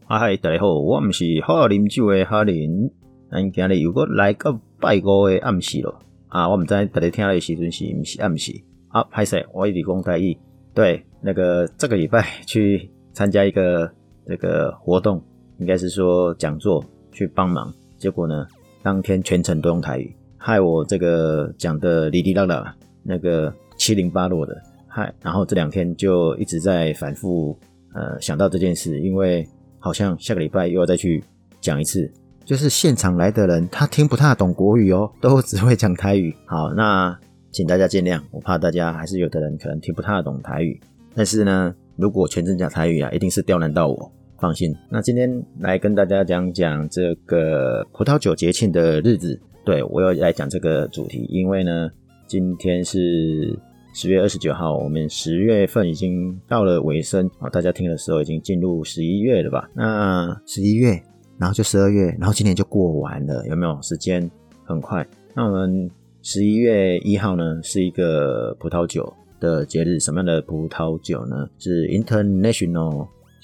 嗨，大家好，我毋是好啉酒的哈林，咱今日又搁来到拜五的暗时咯。我毋知大家听的时阵是毋是暗时歹势，我一直讲台语。对，这个礼拜去参加一个这个活动，应该是说讲座去帮忙，结果呢，当天全程都用台语，害我这个讲的哩哩啦啦，七零八落的，然后这2天就一直在反复想到这件事，因为好像下个礼拜又要再去讲一次，就是现场来的人他听不太懂国语哦，都只会讲台语。好，那请大家见谅，我怕大家还是有的人可能听不太懂台语，但是呢，如果全程讲台语一定是刁难到我，放心。那今天来跟大家讲讲这个葡萄酒节庆的日子，对，我要来讲这个主题，因为呢，今天是10月29号，我们10月份已经到了尾声，大家听的时候已经进入11月了吧？那11月，然后就12月，然后今年就过完了，有没有？时间很快。那我们11月1号呢，是一个葡萄酒的节日，什么样的葡萄酒呢？是 International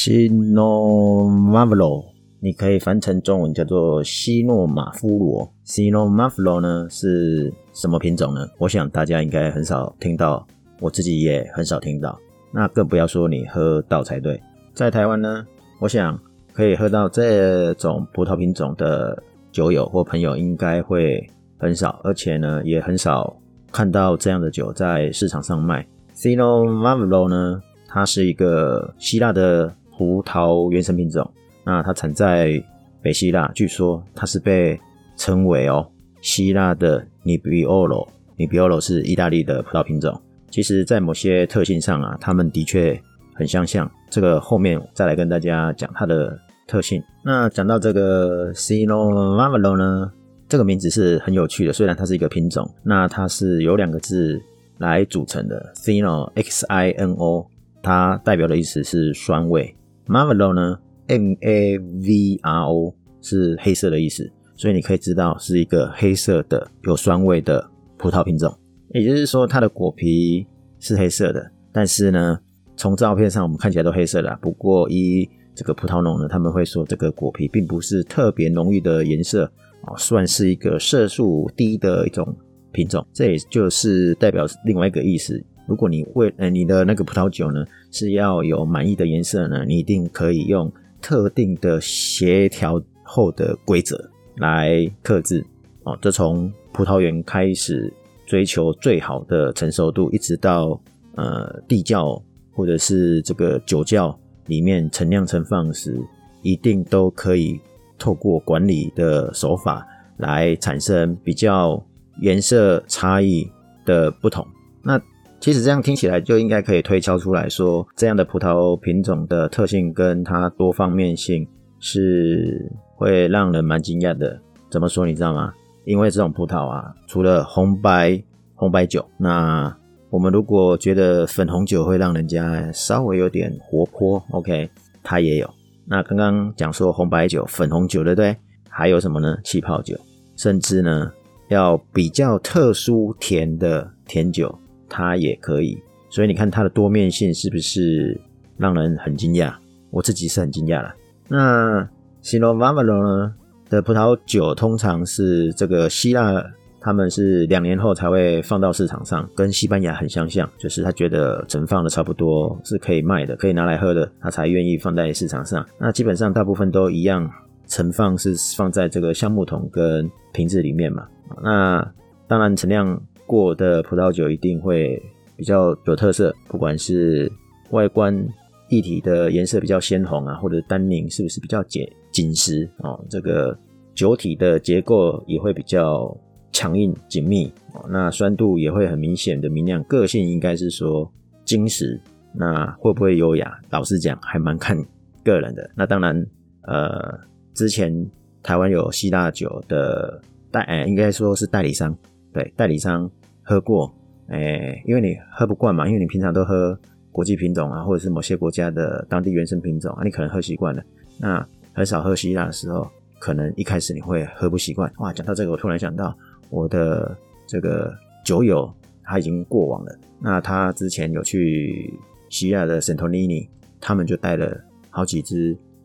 Single Marlborough， 你可以翻成中文叫做西诺马夫罗。Single Marlborough 呢是什么品种呢？我想大家应该很少听到，我自己也很少听到，那更不要说你喝到才对。在台湾呢，我想可以喝到这种葡萄品种的酒友或朋友应该会很少，而且呢也很少看到这样的酒在市场上卖。Single Marlborough 呢，它是一个希腊的葡萄原生品种，那它产在北希腊，据说它是被称为希腊的 Nebbiolo 是意大利的葡萄品种。其实在某些特性上它们的确很相像，这个后面再来跟大家讲它的特性。那讲到这个 Single Marlborough 呢，这个名字是很有趣的，虽然它是一个品种，那它是由2个字来组成的 Xino Xino， 它代表的意思是酸味， Marlborough 呢 Mavro 是黑色的意思，所以你可以知道是一个黑色的有酸味的葡萄品种。也就是说它的果皮是黑色的，但是呢从照片上我们看起来都黑色的不过依这个葡萄农呢，他们会说这个果皮并不是特别浓郁的颜色，算是一个色素低的一种品种。这也就是代表另外一个意思，如果你你的那个葡萄酒呢是要有满意的颜色呢，你一定可以用特定的协调后的规则来克制。这从葡萄园开始追求最好的成熟度，一直到地窖或者是这个酒窖里面陈酿陈放时，一定都可以透过管理的手法来产生比较颜色差异的不同。那其实这样听起来就应该可以推敲出来说，这样的葡萄品种的特性跟它多方面性是会让人蛮惊讶的。怎么说你知道吗？因为这种葡萄除了红白酒，那我们如果觉得粉红酒会让人家稍微有点活泼 OK， 它也有。那刚刚讲说红白酒粉红酒对不对？还有什么呢？气泡酒，甚至呢要比较特殊甜的甜酒它也可以。所以你看它的多面性是不是让人很惊讶？我自己是很惊讶啦。那 Single Marlborough 呢的葡萄酒通常是这个希腊，他们是2年后才会放到市场上，跟西班牙很相像，就是他觉得存放的差不多是可以卖的，可以拿来喝的，他才愿意放在市场上。那基本上大部分都一样，存放是放在这个橡木桶跟瓶子里面嘛。那当然陈酿过的葡萄酒一定会比较有特色，不管是外观液体的颜色比较鲜红或者单宁是不是比较紧实这个酒体的结构也会比较强硬紧密那酸度也会很明显的明亮，个性应该是说精实，那会不会优雅？老实讲还蛮看个人的。那当然之前台湾有希腊酒的应该说是代理商，对，代理商喝过因为你喝不惯嘛，因为你平常都喝国际品种或者是某些国家的当地原生品种你可能喝习惯了，那很少喝希腊的时候，可能一开始你会喝不习惯。讲到这个我突然想到我的这个酒友他已经过往了，那他之前有去希腊的 Santorini， 他们就带了好几支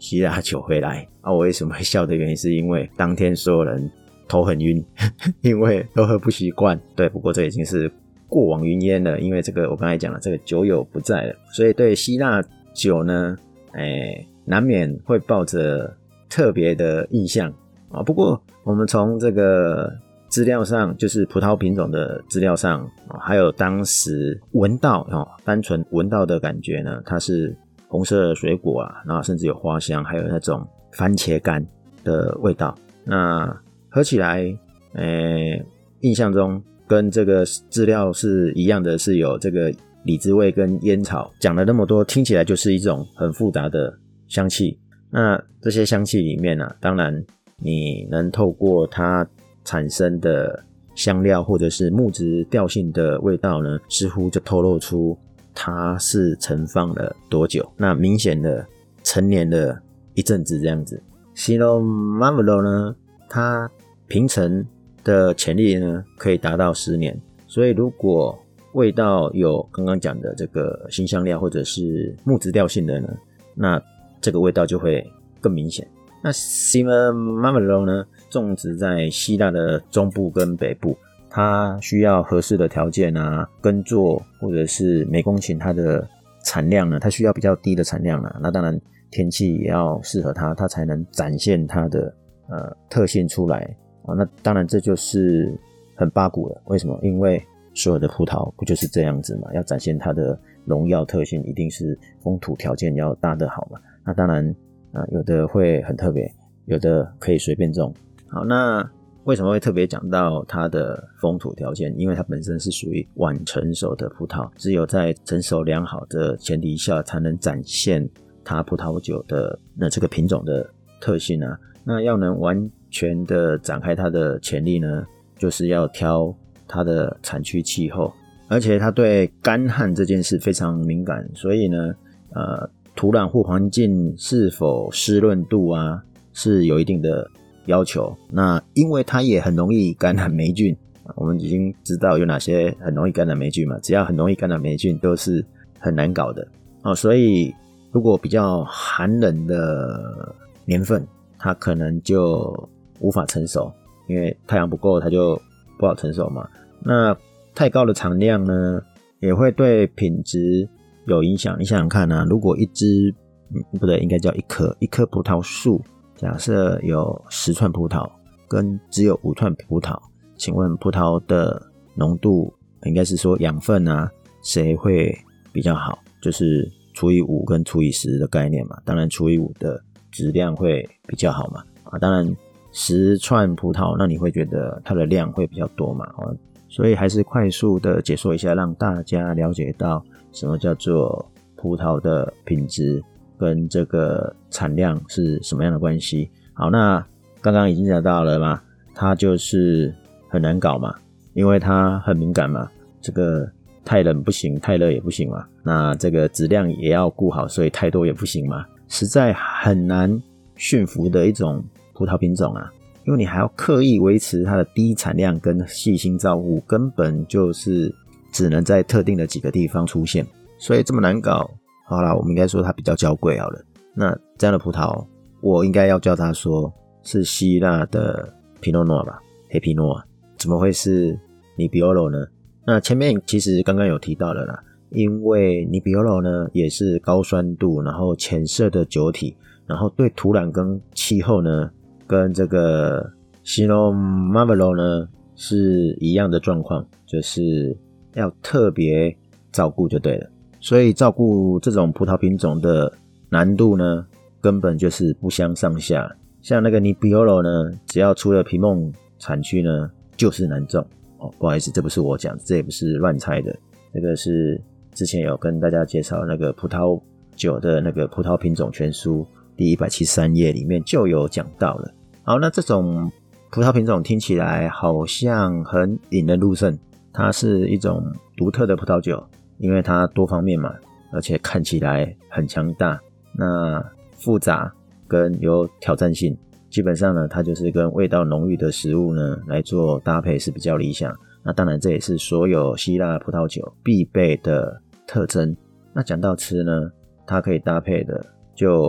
希腊酒回来我为什么会笑的原因是因为当天所有人头很晕因为都喝不习惯。对，不过这已经是过往云烟了，因为这个我刚才讲了，这个酒友不在了，所以对希腊酒呢难免会抱着特别的印象不过我们从这个资料上，就是葡萄品种的资料上还有当时闻到单纯闻到的感觉呢，它是红色的水果然后甚至有花香，还有那种番茄干的味道。那喝起来印象中跟这个资料是一样的，是有这个李子味跟烟草。讲了那么多，听起来就是一种很复杂的香气。那这些香气里面当然你能透过它产生的香料或者是木质调性的味道呢，似乎就透露出它是陈放了多久，那明显的陈年了一阵子这样子。Pinot Marvello 呢，它平陈的潜力呢可以达到10年，所以如果味道有刚刚讲的这个新香料或者是木质调性的呢，那这个味道就会更明显。那 Pinot Marvello 呢，种植在希腊的中部跟北部，它需要合适的条件耕作或者是每公顷它的产量呢，它需要比较低的产量那当然天气也要适合它才能展现它的特性出来那当然这就是很八股了。为什么？因为所有的葡萄不就是这样子嘛，要展现它的荣耀特性，一定是风土条件要搭得好嘛。那当然有的会很特别，有的可以随便种。好，那为什么会特别讲到它的风土条件？因为它本身是属于晚成熟的葡萄，只有在成熟良好的前提下才能展现它葡萄酒的这个品种的特性那要能完全的展开它的潜力呢，就是要挑它的产区气候，而且它对干旱这件事非常敏感，所以呢土壤或环境是否湿润度是有一定的要求。那因为它也很容易感染霉菌，我们已经知道有哪些很容易感染霉菌嘛，只要很容易感染霉菌都是很难搞的所以如果比较寒冷的年份，它可能就无法成熟，因为太阳不够它就不好成熟嘛。那太高的产量呢，也会对品质有影响。你想想看如果一支不对，应该叫一棵葡萄树，假设有10串葡萄跟只有5串葡萄，请问葡萄的浓度，应该是说养分谁会比较好？就是除以5跟除以10的概念嘛，当然除以5的质量会比较好嘛当然10串葡萄，那你会觉得它的量会比较多嘛所以还是快速的解说一下，让大家了解到什么叫做葡萄的品质跟这个产量是什么样的关系。好，那刚刚已经讲到了嘛，它就是很难搞嘛，因为它很敏感嘛，这个太冷不行，太热也不行嘛，那这个质量也要顾好，所以太多也不行嘛，实在很难驯服的一种葡萄品种因为你还要刻意维持它的低产量跟细心照顾，根本就是只能在特定的几个地方出现，所以这么难搞。好啦，我们应该说它比较娇贵好了。那这样的葡萄，我应该要叫它说是希腊的 Pinot Noir 吧，黑皮诺怎么会是 Nebbiolo 呢？那前面其实刚刚有提到了啦，因为 Nebbiolo 呢也是高酸度，然后浅色的酒体，然后对土壤跟气候呢跟这个 Pinot Marvello 呢是一样的状况，就是要特别照顾就对了。所以照顾这种葡萄品种的难度呢根本就是不相上下。像那个 Nebbiolo 呢，只要出了皮蒙产区呢就是难种不好意思，这不是我讲的，这也不是乱猜的，这个是之前有跟大家介绍那个葡萄酒的那个葡萄品种全书第173页里面就有讲到了。好，那这种葡萄品种听起来好像很引人入胜，它是一种独特的葡萄酒，因为它多方面嘛，而且看起来很强大，那复杂跟有挑战性，基本上呢它就是跟味道浓郁的食物呢来做搭配是比较理想。那当然这也是所有希腊葡萄酒必备的特征。那讲到吃呢，它可以搭配的就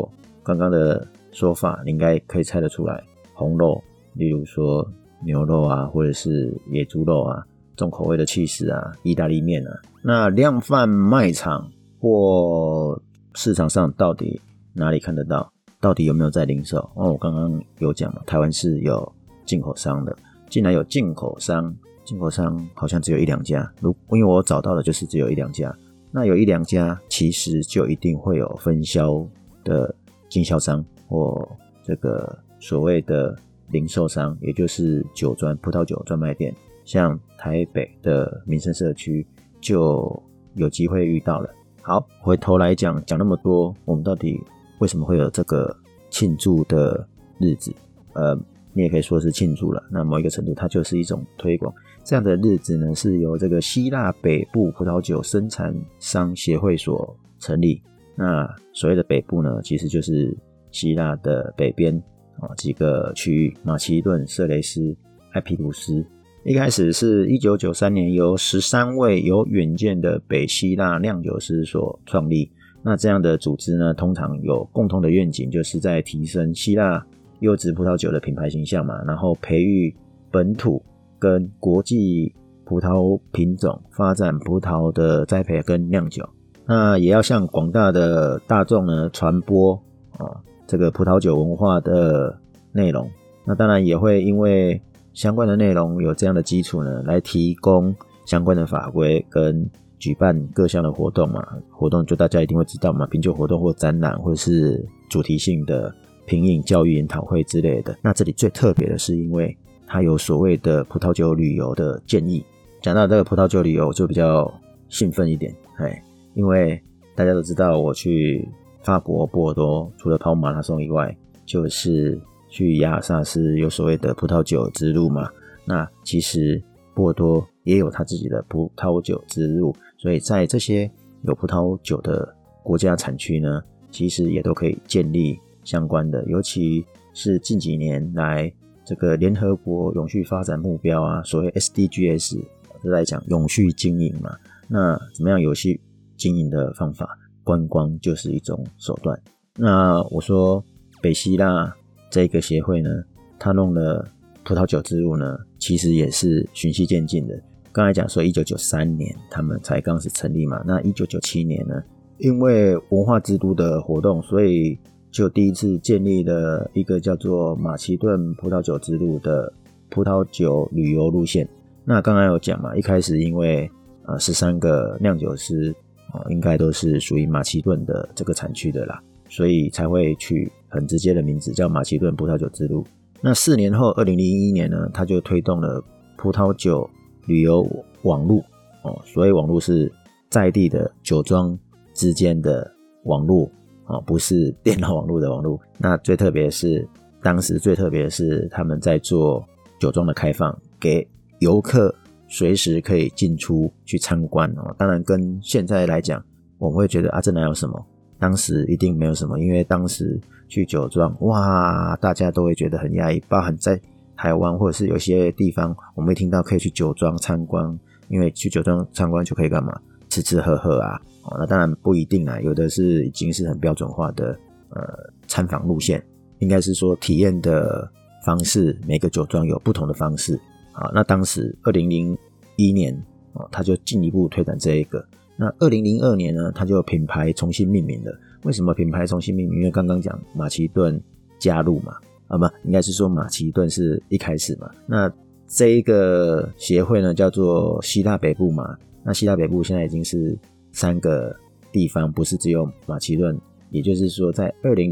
刚刚的说法，你应该可以猜得出来，红肉，例如说牛肉啊，或者是野猪肉啊，重口味的起司啊，意大利面啊。那量贩卖场或市场上到底哪里看得到？到底有没有在零售？我刚刚有讲嘛，台湾是有进口商的，竟然有进口商好像只有1-2家，因为我找到的就是只有1-2家。那有1-2家，其实就一定会有分销的经销商或这个所谓的零售商，也就是葡萄酒专卖店。像台北的民生社区就有机会遇到了。好，回头来讲那么多，我们到底为什么会有这个庆祝的日子？你也可以说是庆祝了。那某一个程度，它就是一种推广。这样的日子呢，是由这个希腊北部葡萄酒生产商协会所成立。那所谓的北部呢，其实就是希腊的北边几个区域：马其顿、色雷斯、艾皮鲁斯。一开始是1993年由13位有远见的北希腊酿酒师所创立。那这样的组织呢，通常有共同的愿景，就是在提升希腊优质葡萄酒的品牌形象嘛，然后培育本土跟国际葡萄品种，发展葡萄的栽培跟酿酒。那也要向广大的大众呢传播这个葡萄酒文化的内容。那当然也会因为相关的内容有这样的基础呢，来提供相关的法规跟举办各项的活动嘛。活动就大家一定会知道嘛，品酒活动或展览，或是主题性的品饮教育研讨会之类的。那这里最特别的是因为它有所谓的葡萄酒旅游的建议。讲到这个葡萄酒旅游就比较兴奋一点，因为大家都知道我去法国波尔多除了跑马拉松以外，就是去亚尔萨斯有所谓的葡萄酒之路嘛。那其实波尔多也有他自己的葡萄酒之路，所以在这些有葡萄酒的国家产区呢，其实也都可以建立相关的，尤其是近几年来这个联合国永续发展目标啊，所谓 SDGs 就在讲永续经营嘛。那怎么样永续经营的方法？观光就是一种手段。那我说北希腊这个协会呢，他弄了葡萄酒之路呢，其实也是循序渐进的。刚才讲说1993年他们才刚是成立嘛，那1997年呢，因为文化之都的活动，所以就第一次建立了一个叫做马其顿葡萄酒之路的葡萄酒旅游路线。那刚刚有讲嘛，一开始因为13个酿酒师应该都是属于马其顿的这个产区的啦，所以才会取很直接的名字叫马其顿葡萄酒之路。那4年后2001年呢，他就推动了葡萄酒旅游网路所谓网路是在地的酒庄之间的网路不是电脑网路的网路。那当时最特别的是他们在做酒庄的开放，给游客随时可以进出去参观当然跟现在来讲我们会觉得这哪有什么，当时一定没有什么，因为当时去酒庄哇，大家都会觉得很压抑，包含在台湾或者是有些地方我们会听到可以去酒庄参观，因为去酒庄参观就可以干嘛？吃吃喝喝那当然不一定啦，有的是已经是很标准化的参访路线，应该是说体验的方式，每个酒庄有不同的方式那当时2001年他就进一步推展这一个。那2002年呢，他就品牌重新命名了。为什么品牌重新命名？因为刚刚讲马其顿加入嘛不，应该是说马其顿是一开始嘛。那这一个协会呢叫做希腊北部嘛，那希腊北部现在已经是3个地方，不是只有马其顿，也就是说在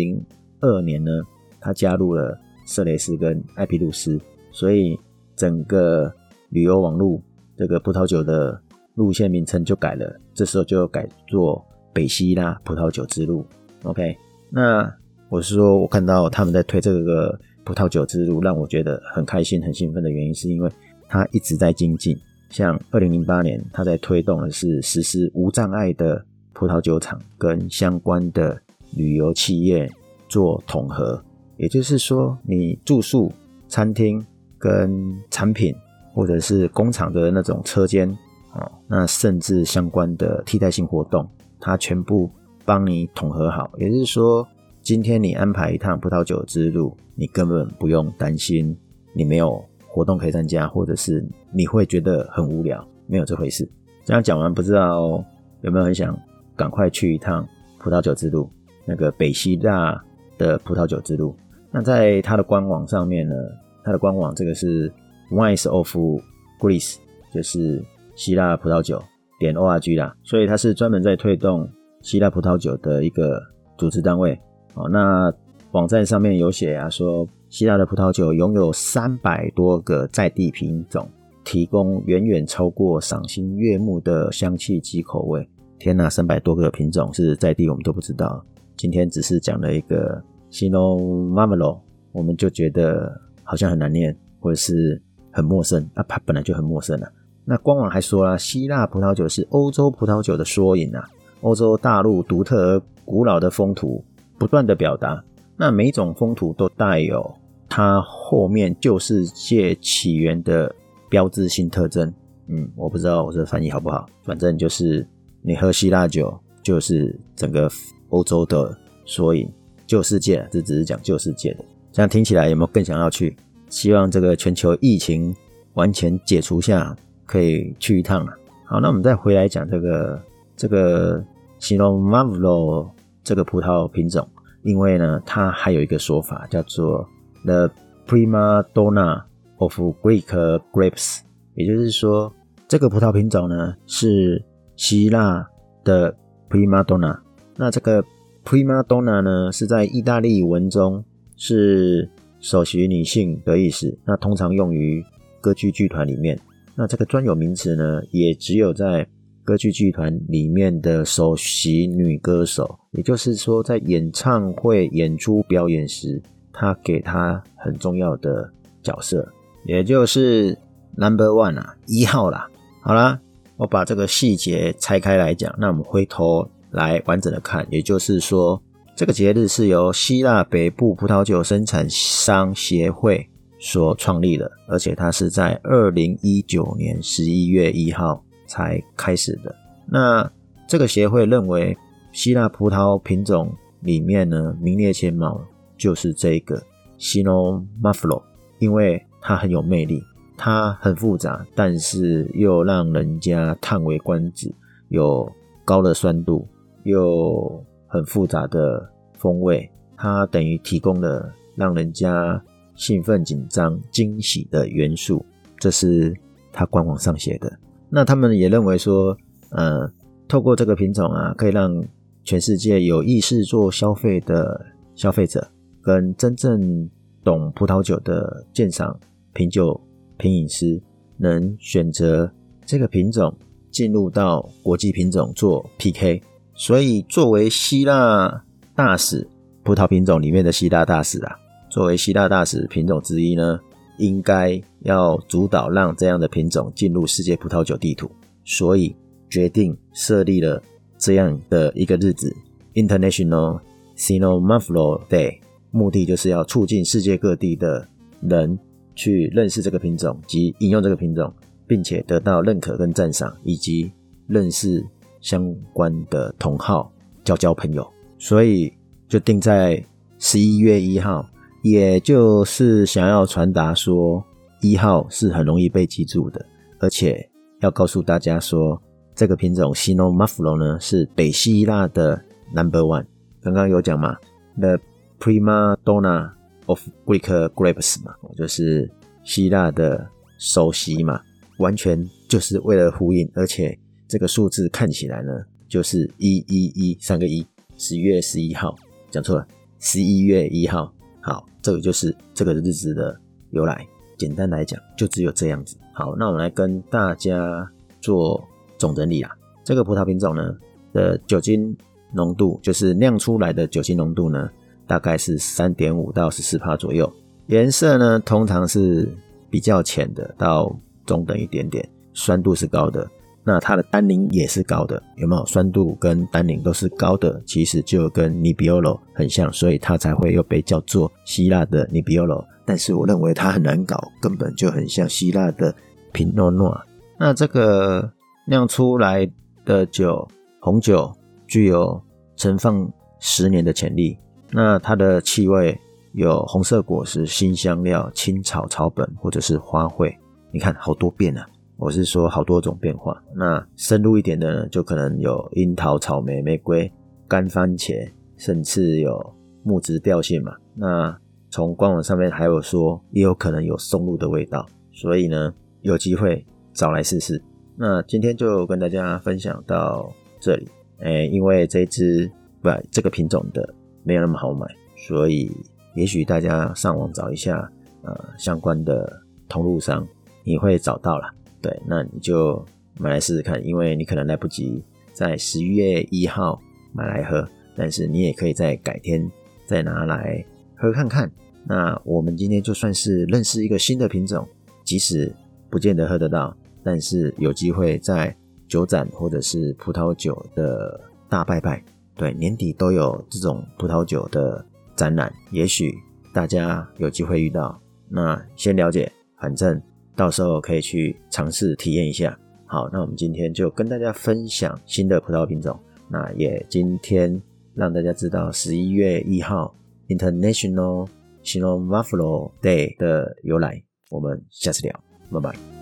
2002年呢，他加入了色雷斯跟艾皮鲁斯，所以整个旅游网路这个葡萄酒的路线名称就改了，这时候就改做北希腊葡萄酒之路。 OK， 那我是说我看到他们在推这个葡萄酒之路，让我觉得很开心很兴奋的原因是因为它一直在精进。像2008年他在推动的是实施无障碍的葡萄酒厂跟相关的旅游企业做统合，也就是说你住宿餐厅跟产品或者是工厂的那种车间那甚至相关的替代性活动，它全部帮你统合好。也就是说今天你安排一趟葡萄酒之路，你根本不用担心你没有活动可以参加，或者是你会觉得很无聊，没有这回事。这样讲完，不知道有没有很想赶快去一趟葡萄酒之路，那个北希腊的葡萄酒之路。那在它的官网上面呢，它的官网这个是 Wines of Greece， 就是希腊葡萄酒.org 啦，所以它是专门在推动希腊葡萄酒的一个组织单位。那网站上面有写说希腊的葡萄酒拥有300多个在地品种，提供远远超过赏心悦目的香气及口味。天哪，300多个品种是在地我们都不知道，今天只是讲了一个 Xinomavro， 我们就觉得好像很难念，或者是很陌生，它本来就很陌生啊。那官网还说啦，希腊葡萄酒是欧洲葡萄酒的缩影啊，欧洲大陆独特而古老的风土不断的表达，那每一种风土都带有它后面旧世界起源的标志性特征。我不知道我这翻译好不好，反正就是你喝希腊酒就是整个欧洲的缩影，旧世界，这只是讲旧世界的。这样听起来有没有更想要去？希望这个全球疫情完全解除下可以去一趟了。好，那我们再回来讲这个 Xinomavro 这个葡萄品种，因为呢它还有一个说法叫做 The Prima Donna of Greek Grapes， 也就是说这个葡萄品种呢是希腊的 Prima Donna。 那这个 Prima Donna 呢是在意大利文中是首席女性的意思，那通常用于歌剧剧团里面。那这个专有名词呢也只有在歌剧剧团里面的首席女歌手，也就是说在演唱会演出表演时，她给她很重要的角色，也就是 No.1 啊，1号啦。好啦，我把这个细节拆开来讲，那我们回头来完整的看，也就是说这个节日是由希腊北部葡萄酒生产商协会所创立的，而且它是在2019年11月1号才开始的。那这个协会认为希腊葡萄品种里面呢，名列前茅就是这个 Xinomavro， 因为它很有魅力，它很复杂，但是又让人家叹为观止，有高的酸度，又很复杂的风味，它等于提供了让人家兴奋、紧张、惊喜的元素，这是它官网上写的。那他们也认为说透过这个品种啊，可以让全世界有意识做消费的消费者跟真正懂葡萄酒的鉴赏品酒品饮师能选择这个品种进入到国际品种做 PK。 所以作为希腊大使，葡萄品种里面的希腊大使啊，作为希腊大使品种之一呢，应该要主导让这样的品种进入世界葡萄酒地图，所以决定设立了这样的一个日子 International Xinomavro Day， 目的就是要促进世界各地的人去认识这个品种及饮用这个品种，并且得到认可跟赞赏，以及认识相关的同好，交朋友。所以就定在11月1号，也就是想要传达说1号是很容易被记住的，而且要告诉大家说这个品种 Xinomavro 呢是北希腊的 No.1。 刚刚有讲嘛， The Prima Donna of Greek Grapes 嘛，就是希腊的首席嘛，完全就是为了呼应，而且这个数字看起来呢就是111 3个1 10月11号，讲错了，11月1号。好，这个就是这个日子的由来，简单来讲就只有这样子。好，那我们来跟大家做总整理啦。这个葡萄品种呢的酒精浓度，就是酿出来的酒精浓度呢大概是 3.5 到 14% 左右，颜色呢通常是比较浅的到中等一点点，酸度是高的，那它的单宁也是高的，有没有？酸度跟单宁都是高的，其实就跟 Nebbiolo 很像，所以它才会又被叫做希腊的 Nebbiolo。但是我认为它很难搞，根本就很像希腊的 Pinot Noir。那这个酿出来的酒，红酒具有存放10年的潜力， 那它的气味有红色果实、新香料、青草、草本或者是花卉，你看好多变啊，我是说好多种变化。那深入一点的呢，就可能有樱桃、草莓、玫瑰、干番茄，甚至有木质调性嘛。那从官网上面还有说也有可能有松露的味道，所以呢有机会找来试试。那今天就跟大家分享到这里。因为这个品种的没有那么好买，所以也许大家上网找一下相关的通路商，你会找到啦。对，那你就买来试试看，因为你可能来不及在11月1号买来喝，但是你也可以在改天再拿来喝看看。那我们今天就算是认识一个新的品种，即使不见得喝得到，但是有机会在酒展或者是葡萄酒的大拜拜，对，年底都有这种葡萄酒的展览，也许大家有机会遇到，那先了解，反正到时候可以去尝试体验一下。好，那我们今天就跟大家分享新的葡萄品种，那也今天让大家知道11月1号 International Cinema Buffalo Day 的由来，我们下次聊，拜拜。